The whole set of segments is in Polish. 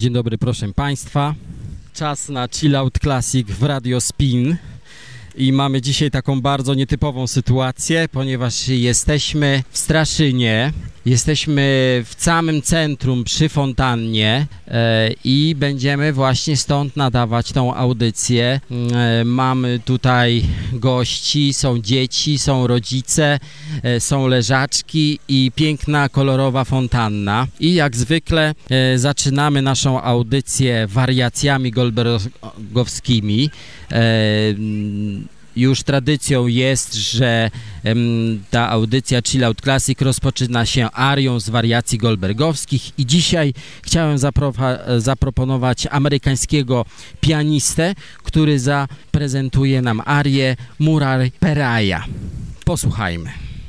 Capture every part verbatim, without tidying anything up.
Dzień dobry, proszę Państwa. Czas na Chill Out Classic w Radio Spin. I mamy dzisiaj taką bardzo nietypową sytuację, ponieważ jesteśmy w Straszynie, jesteśmy w samym centrum przy fontannie e, i będziemy właśnie stąd nadawać tą audycję. E, mamy tutaj gości, są dzieci, są rodzice, e, są leżaczki i piękna, kolorowa fontanna. I jak zwykle e, zaczynamy naszą audycję wariacjami goldbergowskimi. E, Już tradycją jest, że um, ta audycja Chill Out Classic rozpoczyna się arią z wariacji goldbergowskich i dzisiaj chciałem zaproponować amerykańskiego pianistę, który zaprezentuje nam arię Murray Peraja. Posłuchajmy.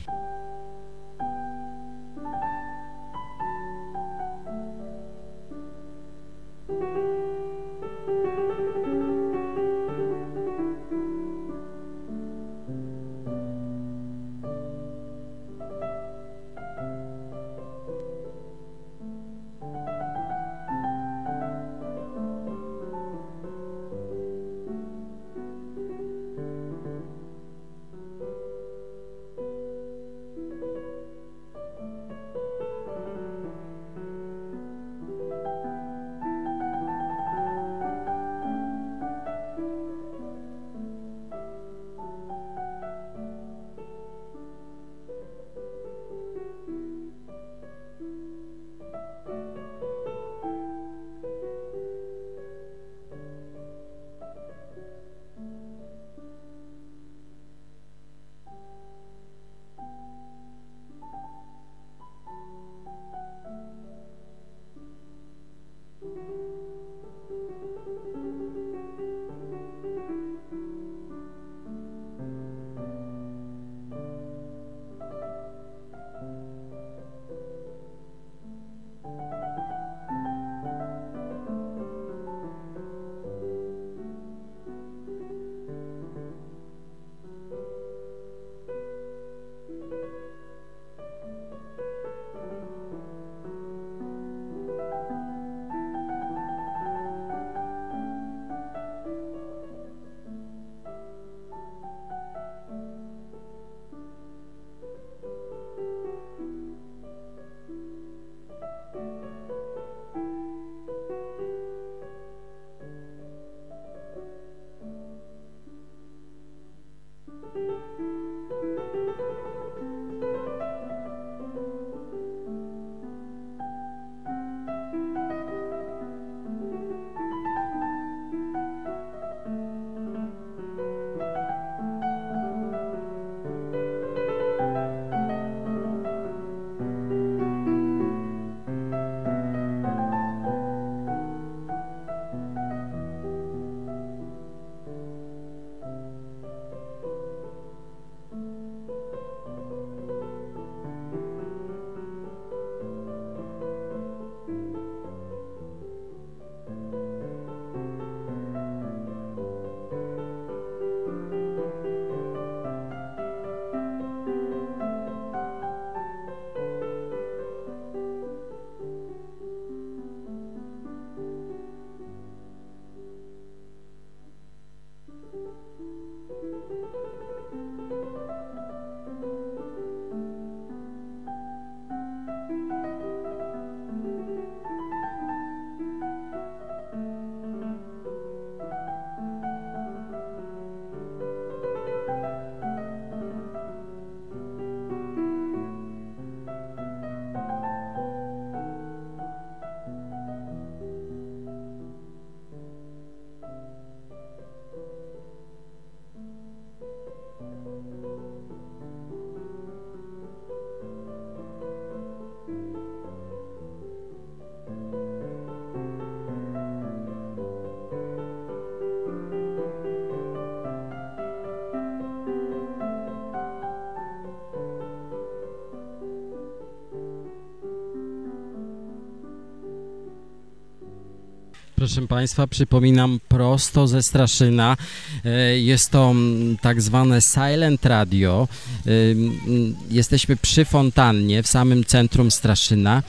Proszę Państwa, przypominam, prosto ze Straszyna. Jest to tak zwane Silent Radio. Jesteśmy przy fontannie w samym centrum Straszyna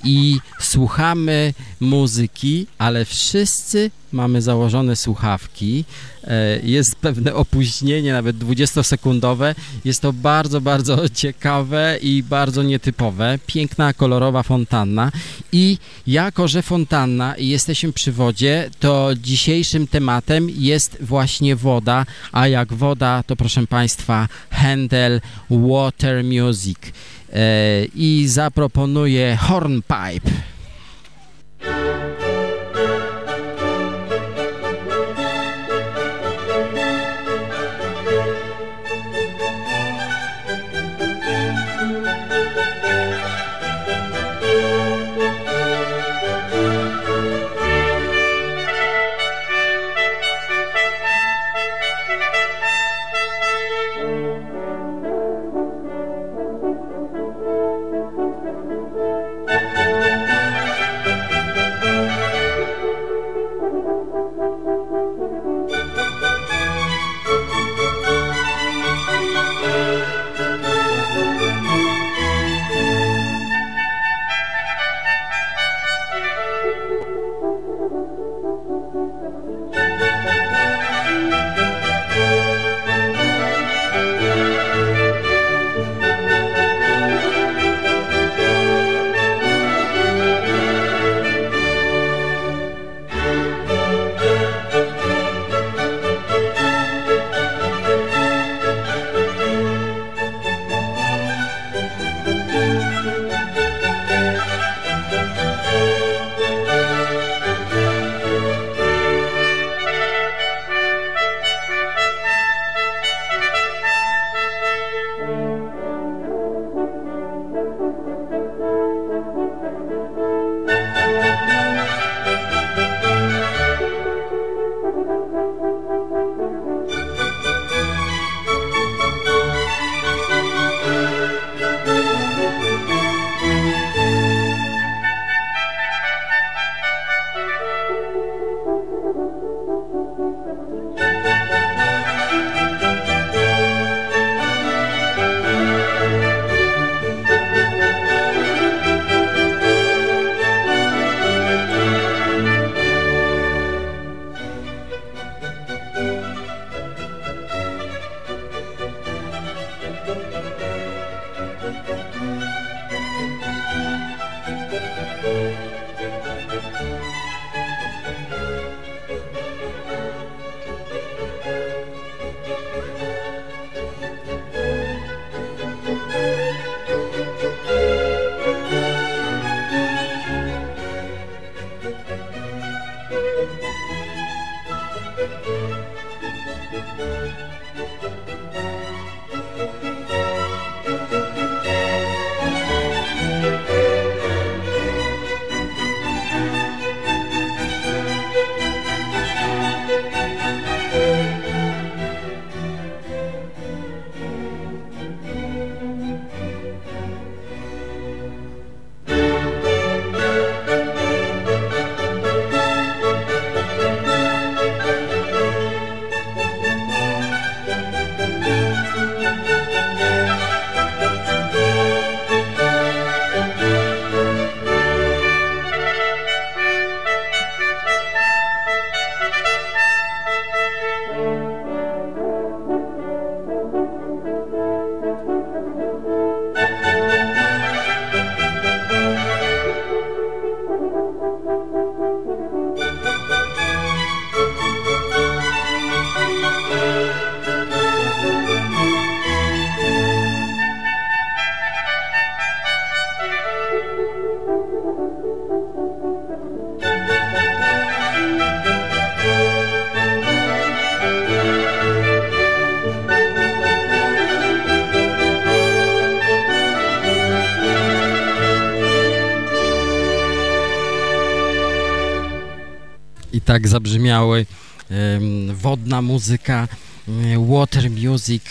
i słuchamy muzyki, ale wszyscy mamy założone słuchawki. Jest pewne opóźnienie, nawet dwudziestosekundowe. Jest to bardzo, bardzo ciekawe i bardzo nietypowe. Piękna, kolorowa fontanna. I jako że fontanna i jesteśmy przy wodzie, to dzisiejszym tematem jest właśnie woda, a jak woda, to proszę Państwa Händel Water Music. I zaproponuję Hornpipe. I tak zabrzmiały wodna muzyka, water music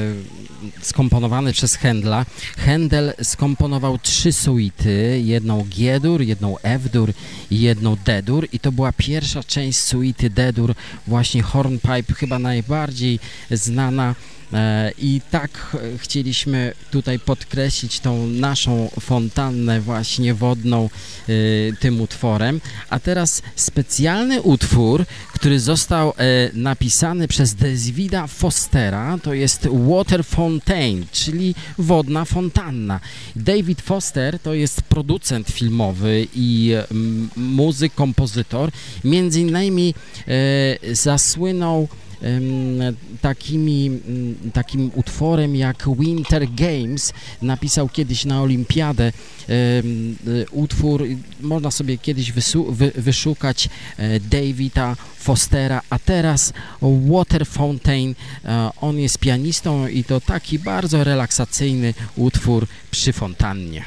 skomponowany przez Händla. Händel skomponował trzy suity, jedną G-dur, jedną F-dur i jedną D-dur i to była pierwsza część suity D-dur, właśnie Hornpipe, chyba najbardziej znana I tak chcieliśmy tutaj podkreślić tą naszą fontannę właśnie wodną tym utworem. A teraz specjalny utwór, który został napisany przez Davida Fostera, to jest Water Fountain, czyli wodna fontanna. David Foster to jest producent filmowy i muzyk, kompozytor. Między innymi zasłynął takimi, takim utworem jak Winter Games. Napisał kiedyś na olimpiadę utwór, można sobie kiedyś wy wyszukać Davida Fostera, a teraz Water Fountain. On jest pianistą i to taki bardzo relaksacyjny utwór przy fontannie.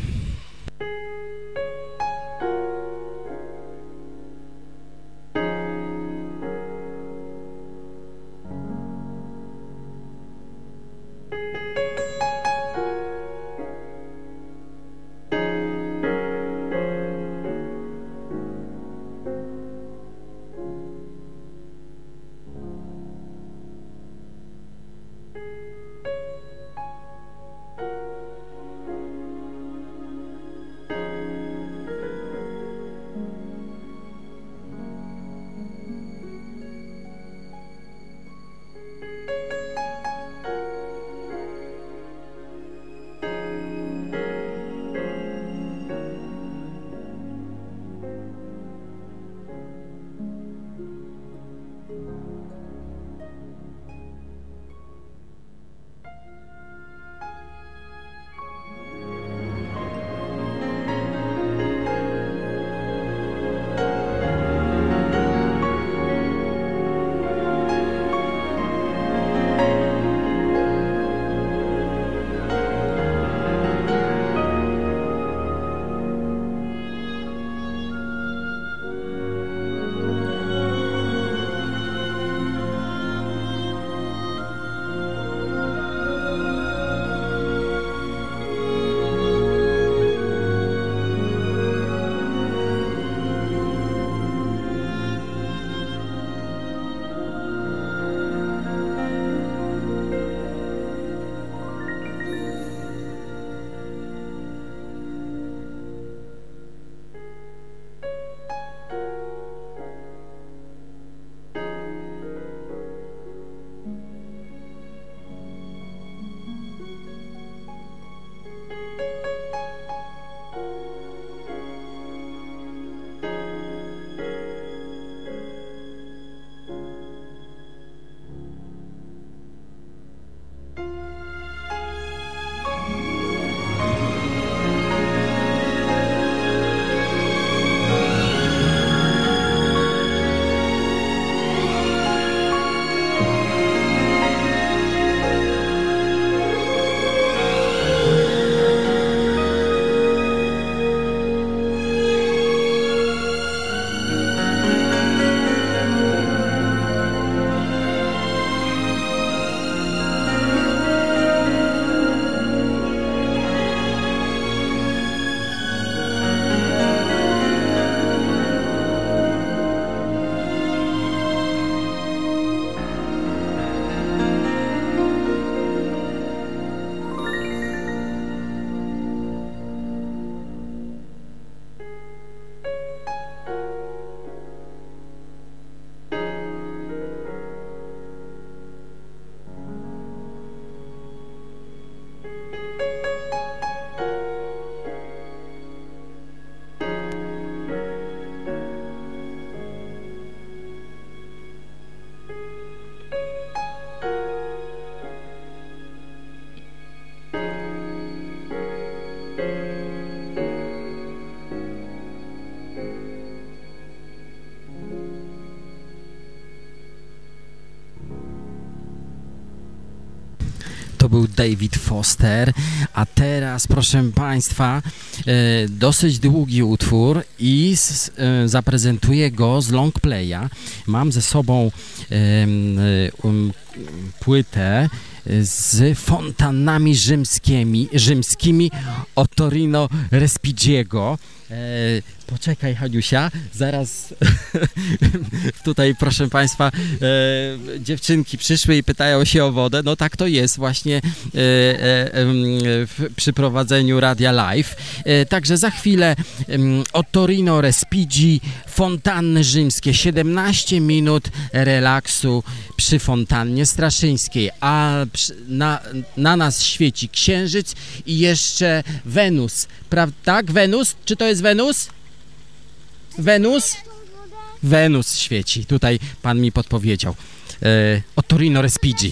to był David Foster, a teraz, proszę Państwa, dosyć długi utwór i zaprezentuję go z long playa. Mam ze sobą um, płytę z fontannami rzymskimi, rzymskimi Ottorino Respighiego. Poczekaj, Haniusia, zaraz tutaj, proszę Państwa, e, dziewczynki przyszły i pytają się o wodę. No tak to jest właśnie e, e, w, przy prowadzeniu Radia Live. E, także za chwilę e, od Torino Respighi, fontanny rzymskie, siedemnaście minut relaksu przy fontannie straszyńskiej, a przy, na, na nas świeci księżyc i jeszcze Wenus. Prawda? Tak, Wenus? Czy to jest Wenus? Wenus? Wenus świeci. Tutaj pan mi podpowiedział. E, od Torino Respighi.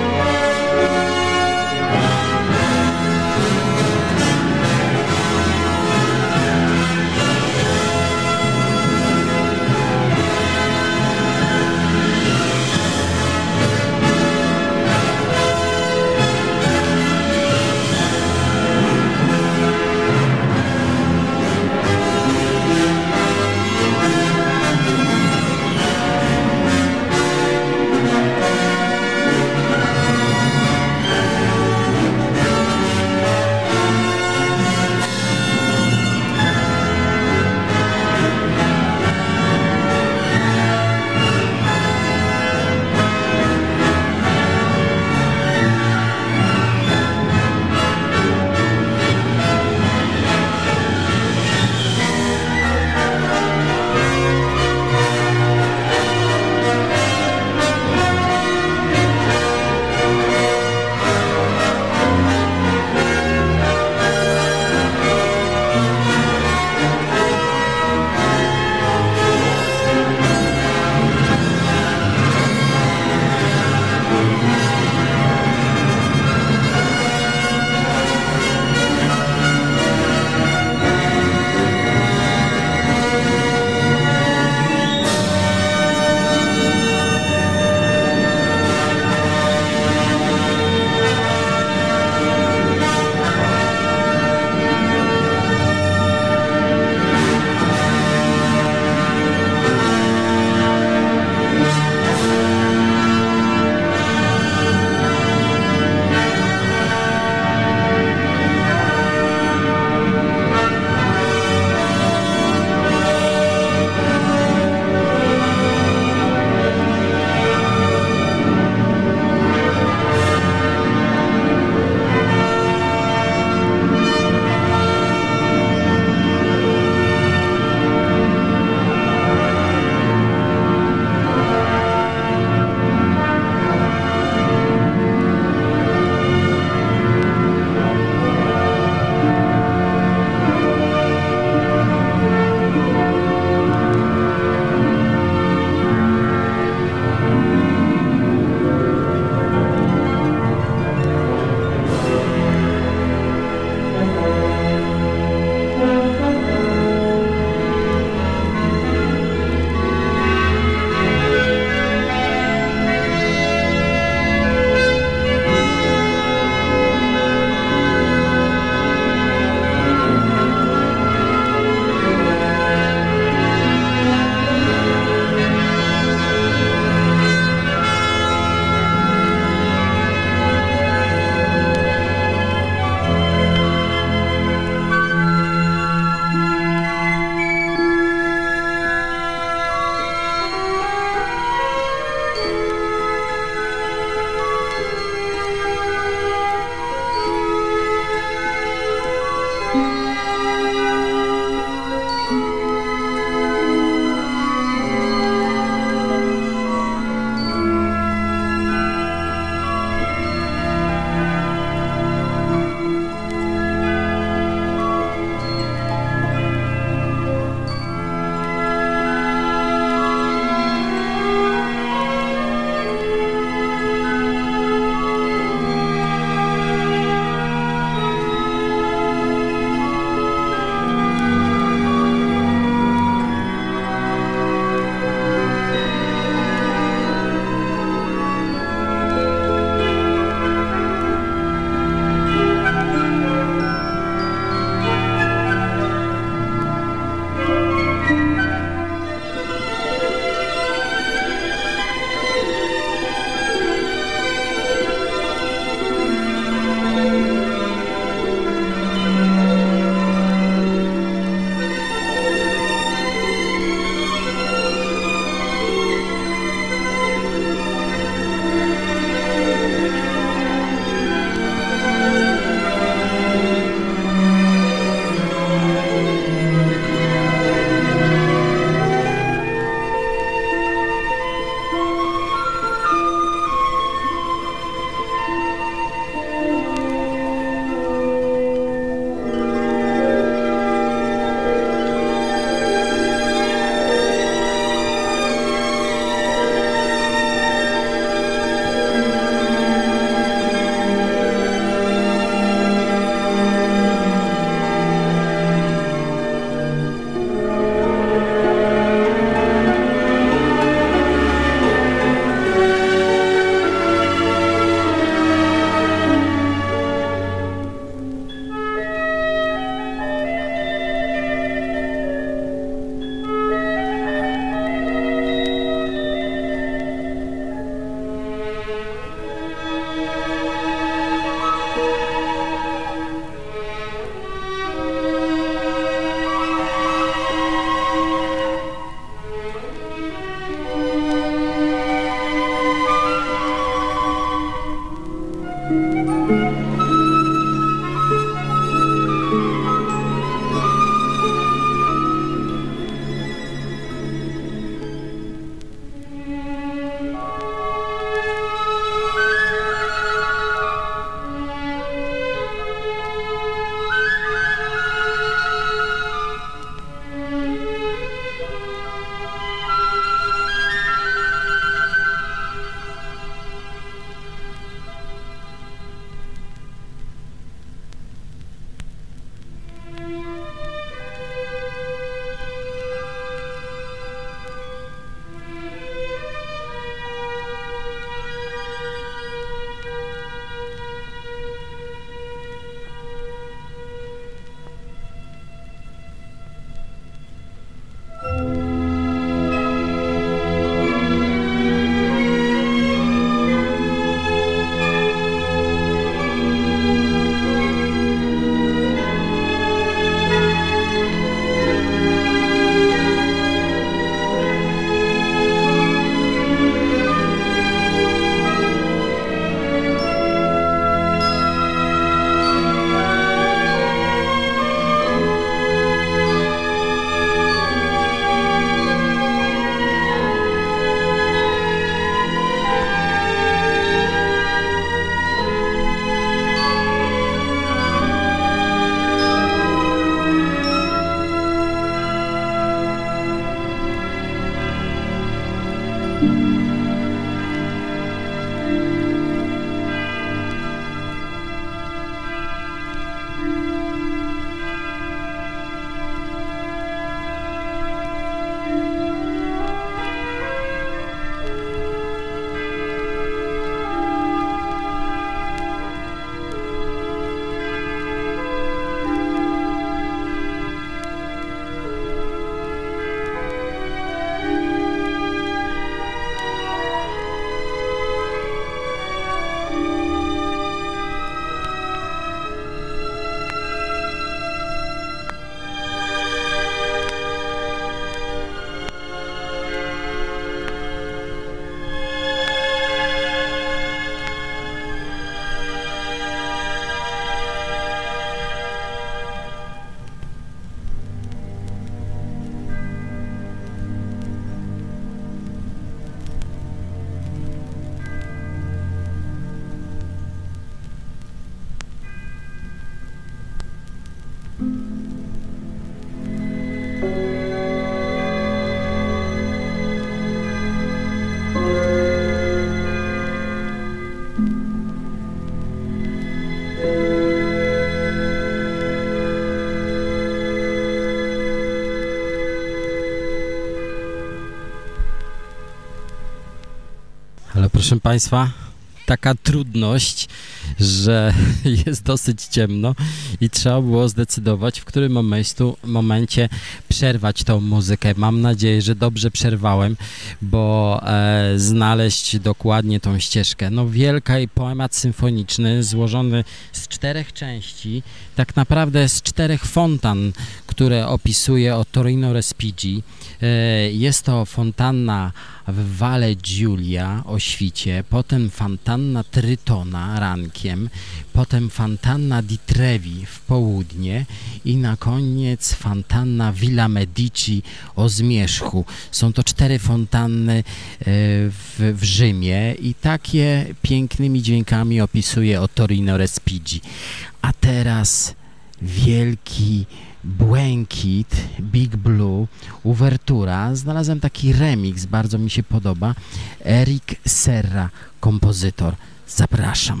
Proszę Państwa, taka trudność, że jest dosyć ciemno i trzeba było zdecydować, w którym momentu, momencie przerwać tą muzykę. Mam nadzieję, że dobrze przerwałem, bo e, znaleźć dokładnie tą ścieżkę. No wielki poemat symfoniczny złożony z czterech części, tak naprawdę z czterech fontan, które opisuje o Torino Respighi. E, jest to fontanna w Valle Giulia o świcie, potem fontanna Trytona rankiem, potem fontanna di Trevi w południe i na koniec fontanna Villa Medici o zmierzchu. Są to cztery fontanny w, w Rzymie i takie pięknymi dźwiękami opisuje o Torino Respighi. A teraz wielki Błękit, Big Blue, uwertura. Znalazłem taki remix, bardzo mi się podoba. Eric Serra, kompozytor. Zapraszam.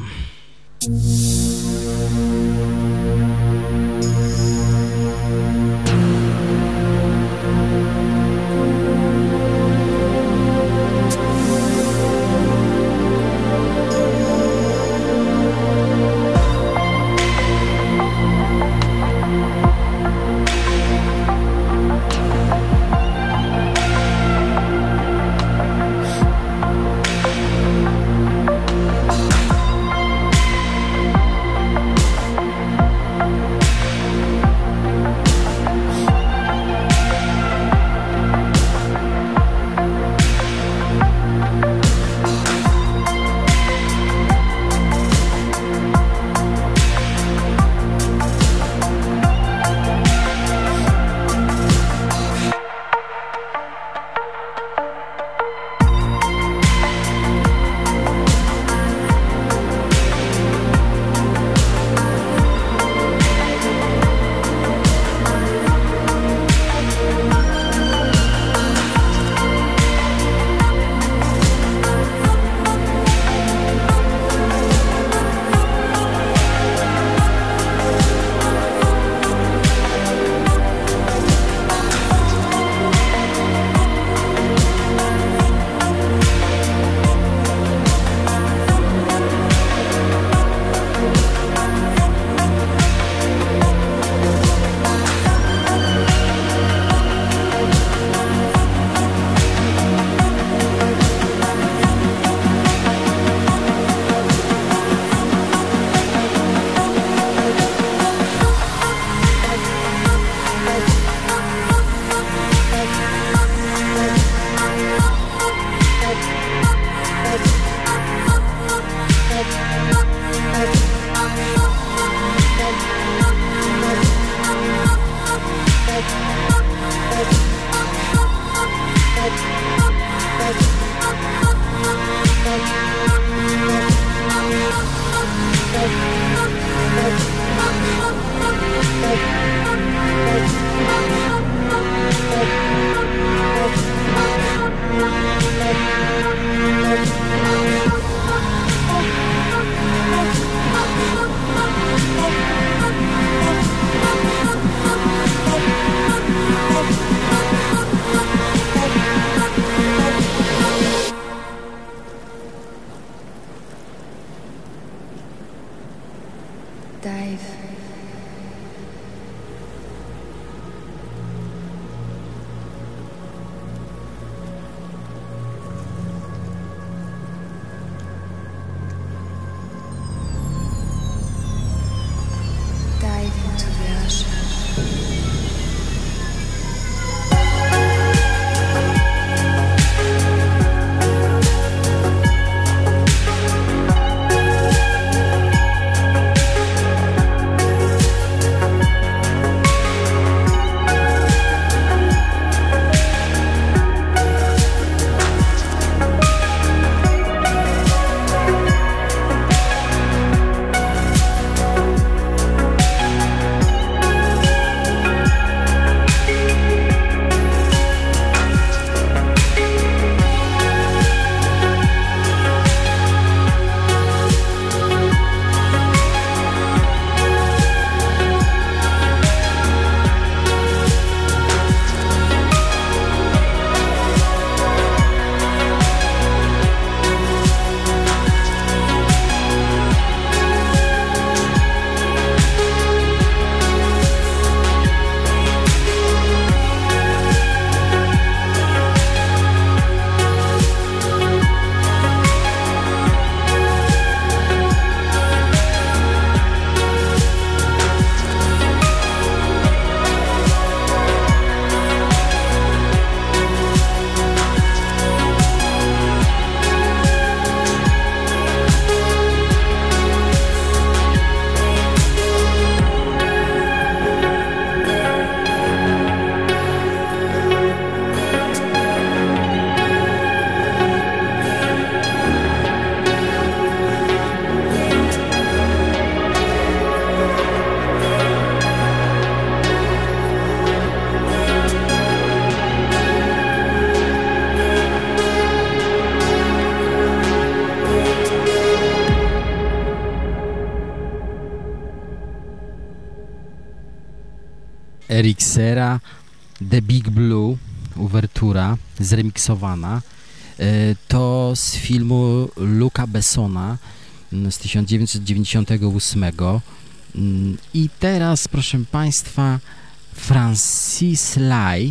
Eric Serra, The Big Blue, uwertura zremiksowana. To z filmu Luca Bessona z tysiąc dziewięćset dziewięćdziesiątego ósmego. I teraz, proszę Państwa, Francis Lai,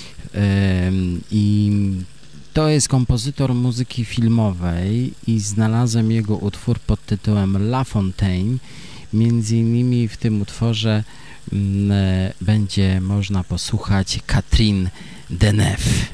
i to jest kompozytor muzyki filmowej i znalazłem jego utwór pod tytułem La Fontaine. Między innymi w tym utworze będzie można posłuchać Catherine Deneuve.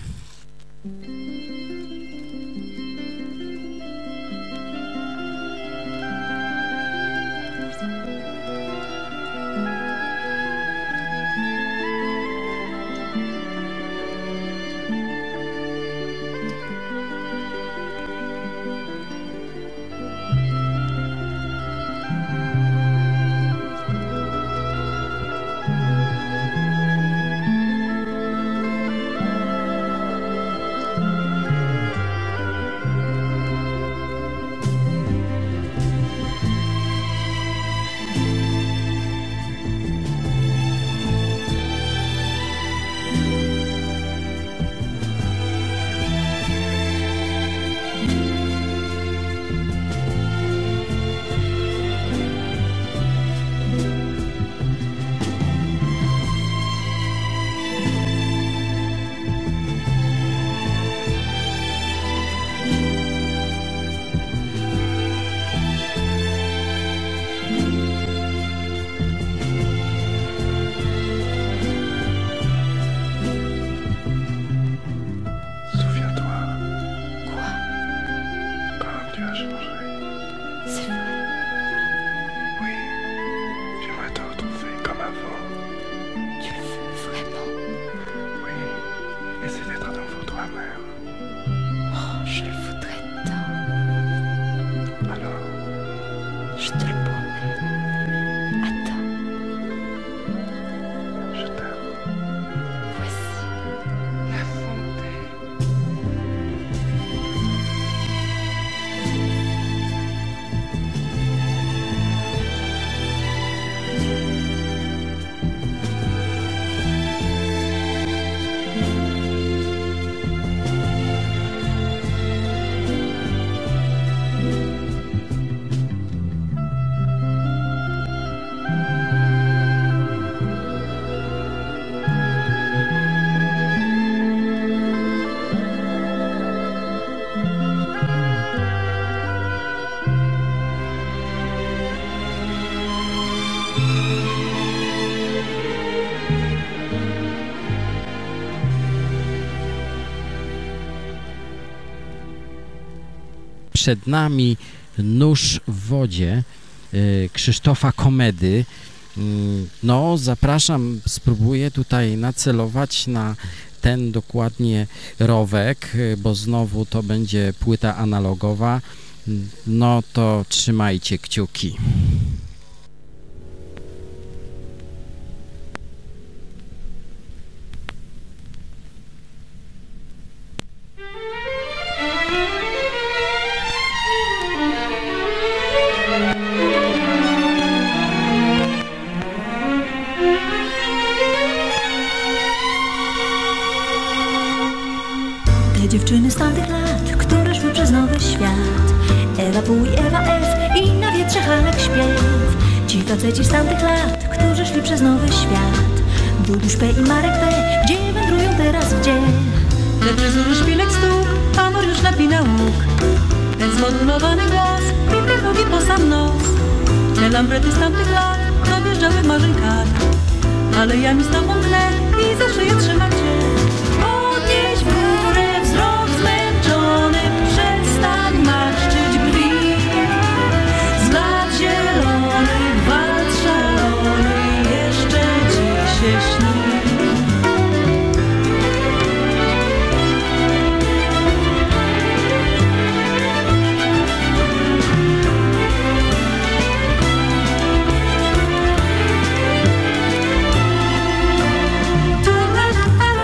Przed nami Nóż w wodzie Krzysztofa Komedy. No, zapraszam, spróbuję tutaj nacelować na ten dokładnie rowek, bo znowu to będzie płyta analogowa. No to trzymajcie kciuki. Dziewczyny z tamtych lat, które szły przez nowy świat. Ewa Pół i Ewa F i na wietrze Halek śpiew. Ci faceci z tamtych lat, którzy szli przez nowy świat. Duduś P i Marek P, gdzie wędrują teraz, gdzie? Te fryzury szpilek stóp, a Mariusz napina łuk. Ten zmodulowany głos i te nogi po sam nos. Te lambrety z tamtych lat dojeżdżały marzeń kar. Ale ja mi z tobą tle i za szyję trzymam cię. Podnieś w górę wzrok zmęczony, przestań marszczyć brwi. Z lat zielonych walc szalony jeszcze ci się śni. Tu la la la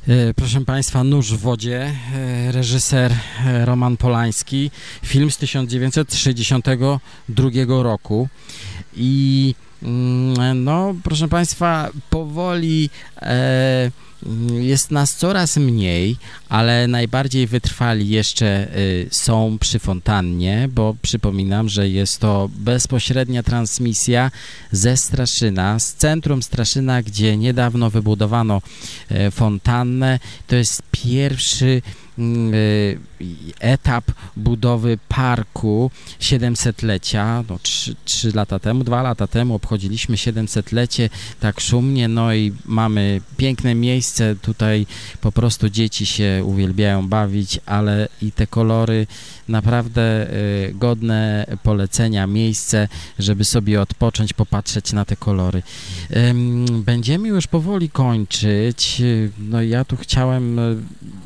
Proszę Państwa, Nóż w wodzie, reżyser Roman Polański, film z tysiąc dziewięćset sześćdziesiątego drugiego roku i no, proszę Państwa, powoli e, jest nas coraz mniej, ale najbardziej wytrwali jeszcze y, są przy fontannie, bo przypominam, że jest to bezpośrednia transmisja ze Straszyna, z centrum Straszyna, gdzie niedawno wybudowano y, fontannę. To jest pierwszy y, etap budowy parku siedemsetlecia, no trzy lata temu, dwa lata temu obchodziliśmy siedemsetlecie tak szumnie, no i mamy piękne miejsce, tutaj po prostu dzieci się uwielbiają bawić, ale i te kolory naprawdę y, godne polecenia, miejsce, żeby sobie odpocząć, popatrzeć na te kolory. Ym, będziemy już powoli kończyć, no ja tu chciałem y,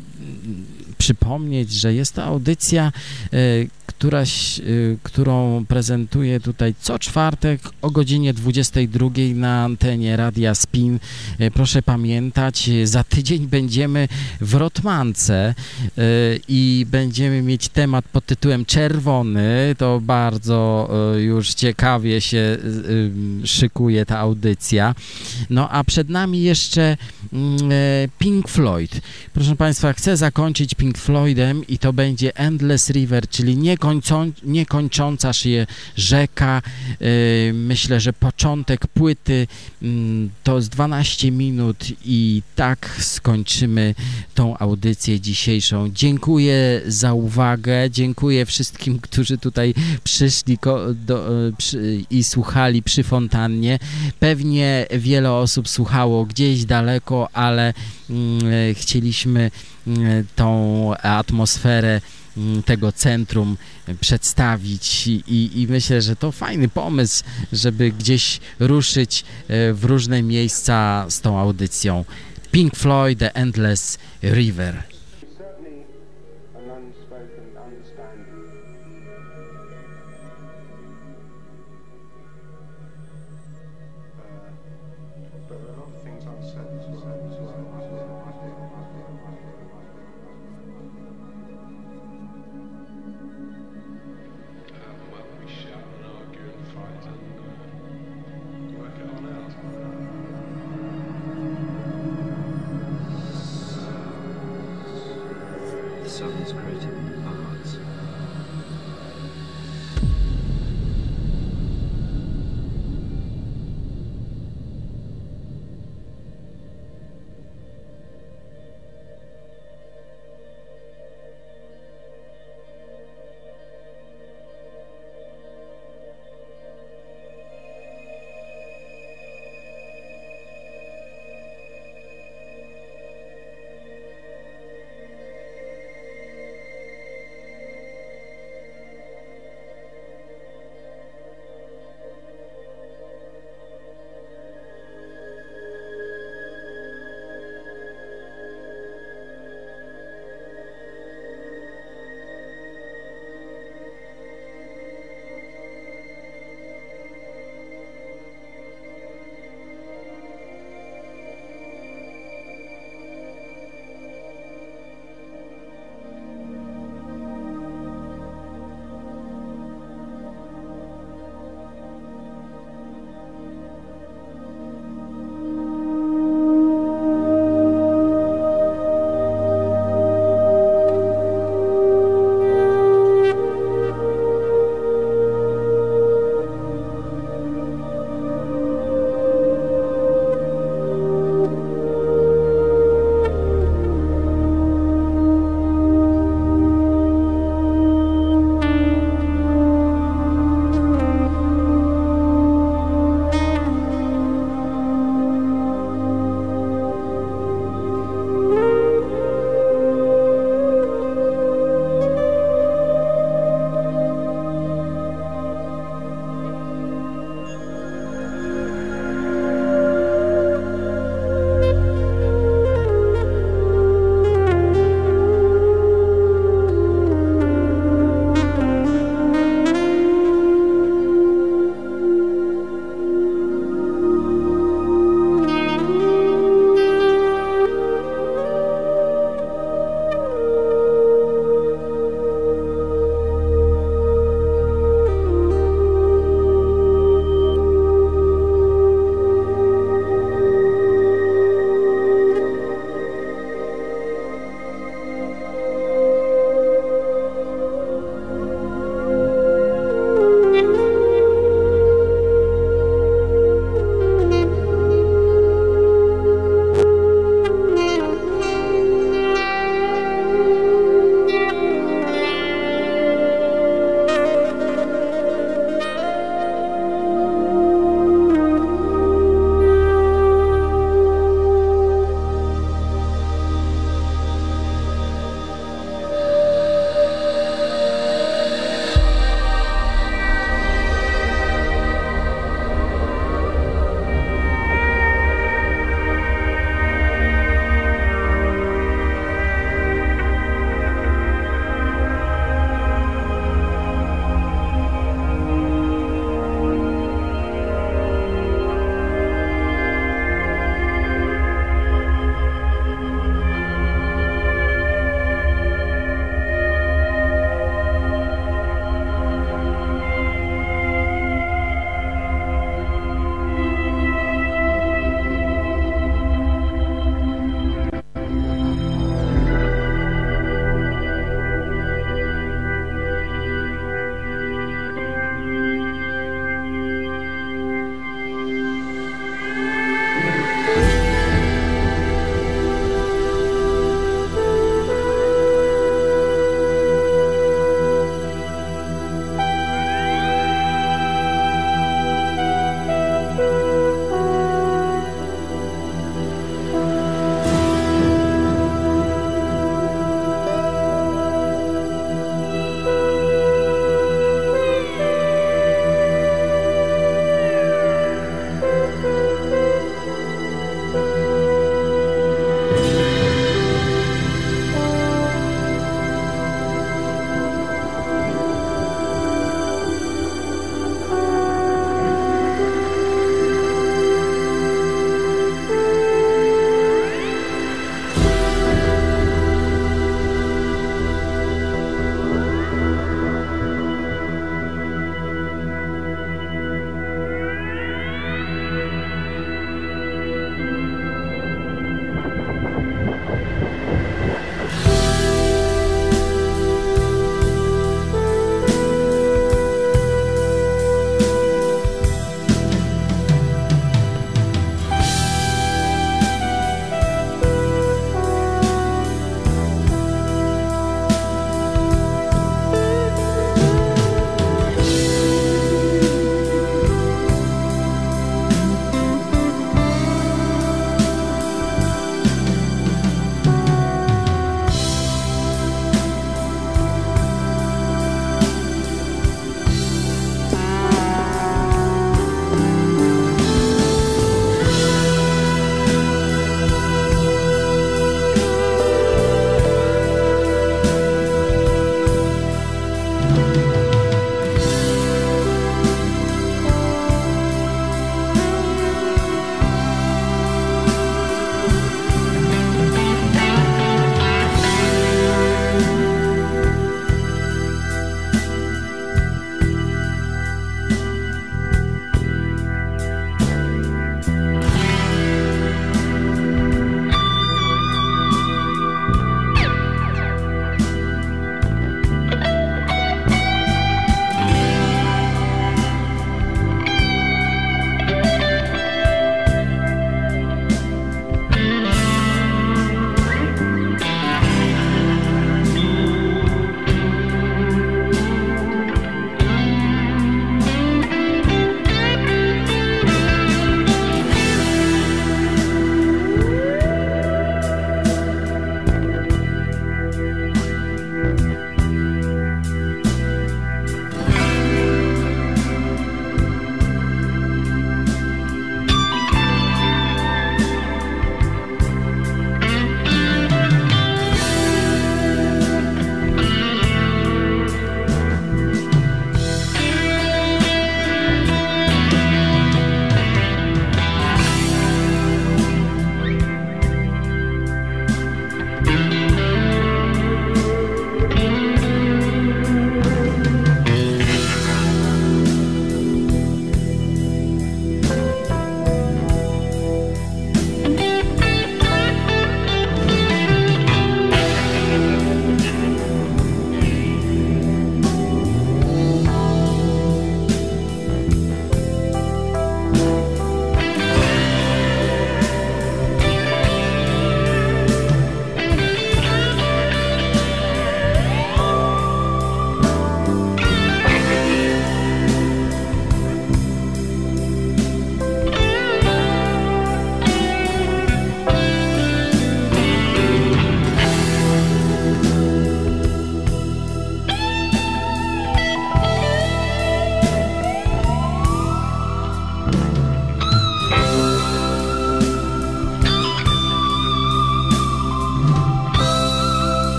przypomnieć, że jest to audycja, y, któraś, y, którą prezentuję tutaj co czwartek o godzinie dwudziestej drugiej na antenie Radia Spin. Y, proszę pamiętać, za tydzień będziemy w Rotmance y, i będziemy mieć temat pod tytułem Czerwony. To bardzo y, już ciekawie się y, szykuje ta audycja. No a przed nami jeszcze y, Pink Floyd. Proszę Państwa, chcę zakończyć Pink Floydem i to będzie Endless River, czyli niekończąca, niekończąca się rzeka. Yy, myślę, że początek płyty yy, to jest dwanaście minut i tak skończymy tą audycję dzisiejszą. Dziękuję za uwagę, dziękuję wszystkim, którzy tutaj przyszli ko- do, przy, i słuchali przy fontannie. Pewnie wiele osób słuchało gdzieś daleko, ale yy, chcieliśmy yy, tą atmosferę tego centrum przedstawić i, i myślę, że to fajny pomysł, żeby gdzieś ruszyć w różne miejsca z tą audycją. Pink Floyd, The Endless River.